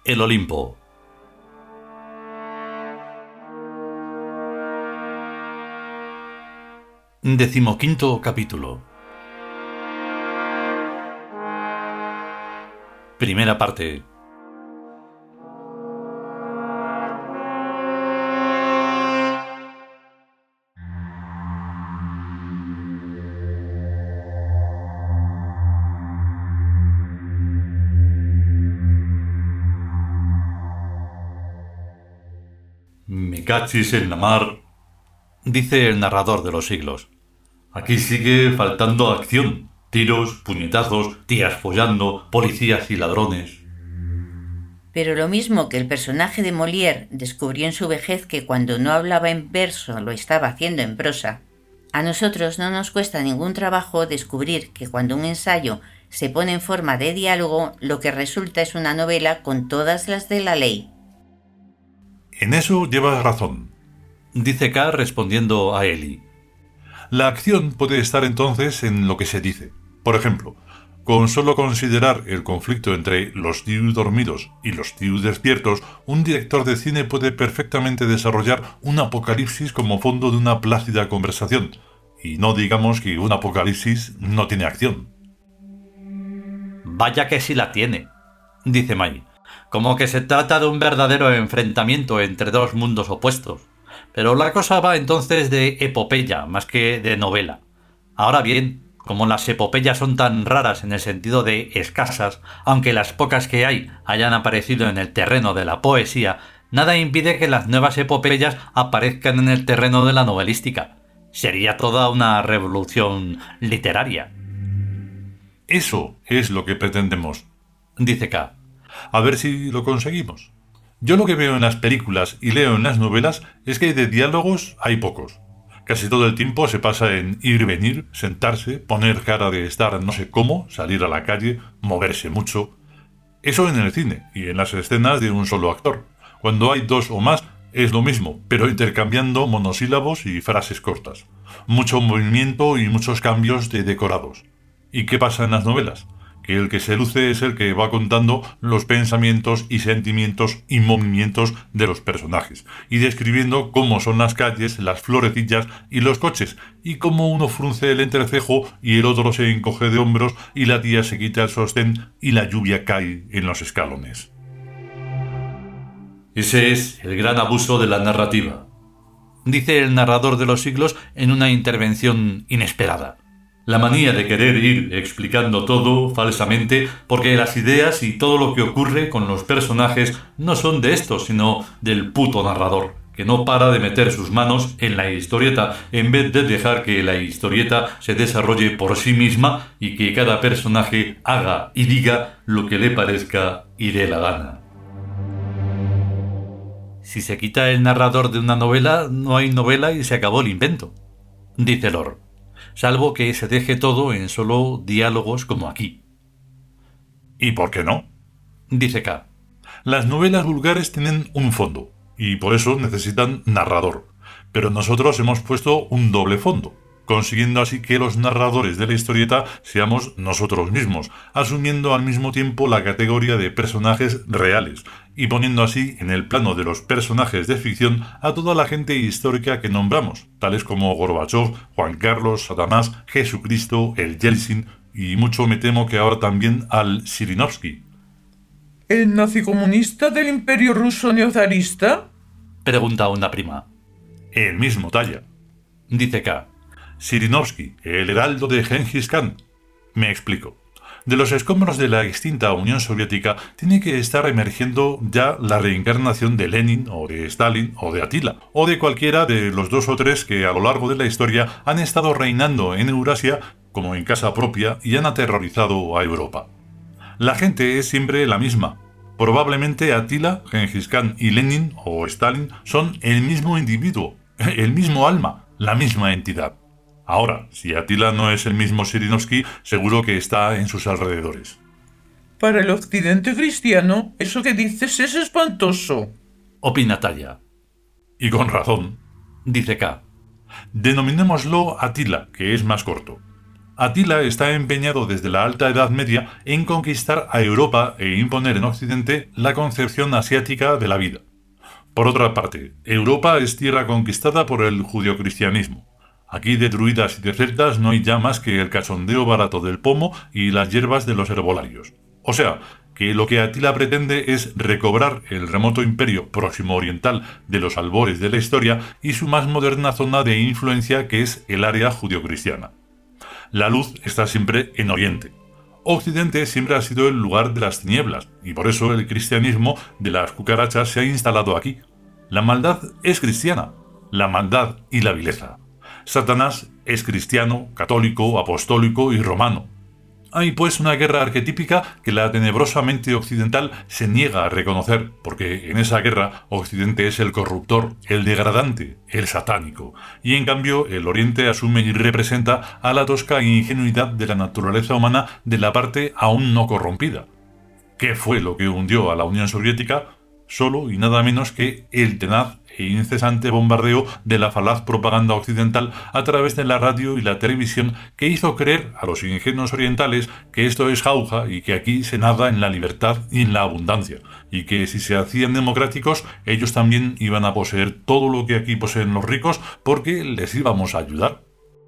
El Olimpo. Decimoquinto capítulo. Primera parte. Me cachis en la mar, dice el narrador de los siglos. Aquí sigue faltando acción. Tiros, puñetazos, tías follando, policías y ladrones. Pero lo mismo que el personaje de Molière descubrió en su vejez que cuando no hablaba en verso lo estaba haciendo en prosa, a nosotros no nos cuesta ningún trabajo descubrir que cuando un ensayo se pone en forma de diálogo, lo que resulta es una novela con todas las de la ley. En eso llevas razón, dice K respondiendo a Eli. La acción puede estar entonces en lo que se dice. Por ejemplo, con solo considerar el conflicto entre los tíos dormidos y los tíos despiertos, un director de cine puede perfectamente desarrollar un apocalipsis como fondo de una plácida conversación. Y no digamos que un apocalipsis no tiene acción. Vaya que sí la tiene, dice Mai. Como que se trata de un verdadero enfrentamiento entre dos mundos opuestos. Pero la cosa va entonces de epopeya más que de novela. Ahora bien, como las epopeyas son tan raras en el sentido de escasas, aunque las pocas que hay hayan aparecido en el terreno de la poesía, nada impide que las nuevas epopeyas aparezcan en el terreno de la novelística. Sería toda una revolución literaria. Eso es lo que pretendemos, dice K. A ver si lo conseguimos. Yo lo que veo en las películas y leo en las novelas es que de diálogos hay pocos. Casi todo el tiempo se pasa en ir, venir, sentarse, poner cara de estar no sé cómo, salir a la calle, moverse mucho. Eso en el cine y en las escenas de un solo actor. Cuando hay dos o más es lo mismo, pero intercambiando monosílabos y frases cortas. Mucho movimiento y muchos cambios de decorados. ¿Y qué pasa en las novelas? Que el que se luce es el que va contando los pensamientos y sentimientos y movimientos de los personajes, y describiendo cómo son las calles, las florecillas y los coches, y cómo uno frunce el entrecejo y el otro se encoge de hombros y la tía se quita el sostén y la lluvia cae en los escalones. Ese es el gran abuso de la narrativa, dice el narrador de los siglos en una intervención inesperada. La manía de querer ir explicando todo falsamente porque las ideas y todo lo que ocurre con los personajes no son de estos, sino del puto narrador, que no para de meter sus manos en la historieta en vez de dejar que la historieta se desarrolle por sí misma y que cada personaje haga y diga lo que le parezca y dé la gana. Si se quita el narrador de una novela, no hay novela y se acabó el invento, dice Lord. Salvo que se deje todo en solo diálogos como aquí. ¿Y por qué no? Dice K. Las novelas vulgares tienen un fondo, y por eso necesitan narrador. Pero nosotros hemos puesto un doble fondo, consiguiendo así que los narradores de la historieta seamos nosotros mismos, asumiendo al mismo tiempo la categoría de personajes reales, y poniendo así en el plano de los personajes de ficción a toda la gente histórica que nombramos, tales como Gorbachov, Juan Carlos, Satanás, Jesucristo, el Yeltsin, y mucho me temo que ahora también al Zhirinovsky. ¿El nazicomunista del Imperio Ruso neozarista? Pregunta una prima. El mismo talla, dice K. Zhirinovsky, el heraldo de Gengis Khan. Me explico. De los escombros de la extinta Unión Soviética tiene que estar emergiendo ya la reencarnación de Lenin o de Stalin o de Atila o de cualquiera de los dos o tres que a lo largo de la historia han estado reinando en Eurasia como en casa propia y han aterrorizado a Europa. La gente es siempre la misma. Probablemente Atila, Gengis Khan y Lenin o Stalin son el mismo individuo, el mismo alma, la misma entidad. Ahora, si Atila no es el mismo Zhirinovsky, seguro que está en sus alrededores. Para el occidente cristiano, eso que dices es espantoso, opina Talla. Y con razón, dice K. Denominémoslo Atila, que es más corto. Atila está empeñado desde la Alta Edad Media en conquistar a Europa e imponer en Occidente la concepción asiática de la vida. Por otra parte, Europa es tierra conquistada por el judeocristianismo. Aquí de druidas y de celtas no hay ya más que el cachondeo barato del pomo y las hierbas de los herbolarios. O sea, que lo que Atila pretende es recobrar el remoto imperio próximo oriental de los albores de la historia y su más moderna zona de influencia, que es el área judeocristiana. La luz está siempre en Oriente. Occidente siempre ha sido el lugar de las tinieblas, y por eso el cristianismo de las cucarachas se ha instalado aquí. La maldad es cristiana, la maldad y la vileza. Satanás es cristiano, católico, apostólico y romano. Hay pues una guerra arquetípica que la tenebrosa mente occidental se niega a reconocer, porque en esa guerra Occidente es el corruptor, el degradante, el satánico, y en cambio el Oriente asume y representa a la tosca ingenuidad de la naturaleza humana de la parte aún no corrompida. ¿Qué fue lo que hundió a la Unión Soviética? Solo y nada menos que el tenaz e incesante bombardeo de la falaz propaganda occidental a través de la radio y la televisión, que hizo creer a los ingenuos orientales que esto es jauja y que aquí se nada en la libertad y en la abundancia, y que si se hacían democráticos ellos también iban a poseer todo lo que aquí poseen los ricos porque les íbamos a ayudar.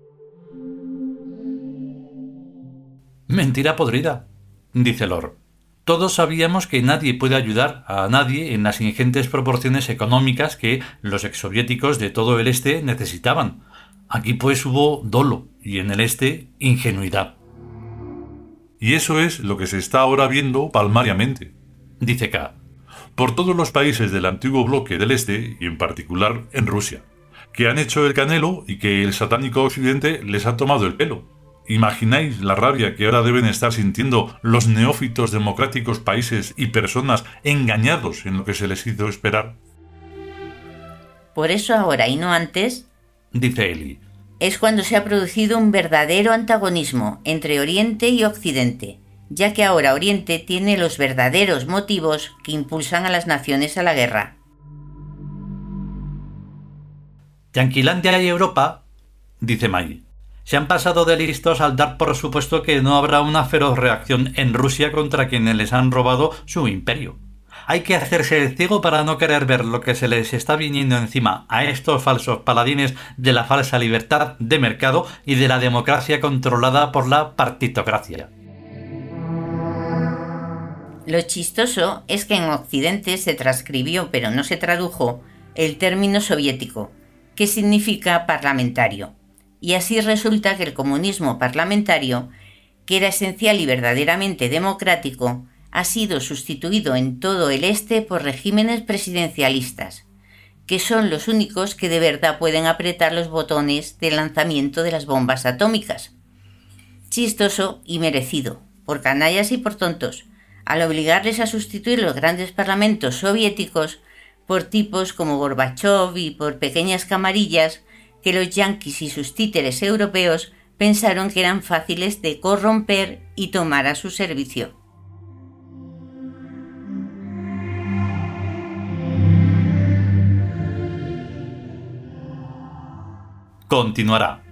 Mentira podrida, dice Lord. Todos sabíamos que nadie puede ayudar a nadie en las ingentes proporciones económicas que los exsoviéticos de todo el este necesitaban. Aquí pues hubo dolo y en el este ingenuidad. Y eso es lo que se está ahora viendo palmariamente, dice K. Por todos los países del antiguo bloque del este y en particular en Rusia, que han hecho el canelo y que el satánico occidente les ha tomado el pelo. ¿Imagináis la rabia que ahora deben estar sintiendo los neófitos democráticos países y personas engañados en lo que se les hizo esperar? Por eso ahora y no antes, dice Eli, es cuando se ha producido un verdadero antagonismo entre Oriente y Occidente, ya que ahora Oriente tiene los verdaderos motivos que impulsan a las naciones a la guerra. Yanquilandia y Europa, dice May, se han pasado de listos al dar por supuesto que no habrá una feroz reacción en Rusia contra quienes les han robado su imperio. Hay que hacerse el ciego para no querer ver lo que se les está viniendo encima a estos falsos paladines de la falsa libertad de mercado y de la democracia controlada por la partitocracia. Lo chistoso es que en Occidente se transcribió, pero no se tradujo, el término soviético, que significa parlamentario. Y así resulta que el comunismo parlamentario, que era esencial y verdaderamente democrático, ha sido sustituido en todo el este por regímenes presidencialistas, que son los únicos que de verdad pueden apretar los botones de lanzamiento de las bombas atómicas. Chistoso y merecido, por canallas y por tontos, al obligarles a sustituir los grandes parlamentos soviéticos por tipos como Gorbachov y por pequeñas camarillas que los yanquis y sus títeres europeos pensaron que eran fáciles de corromper y tomar a su servicio. Continuará.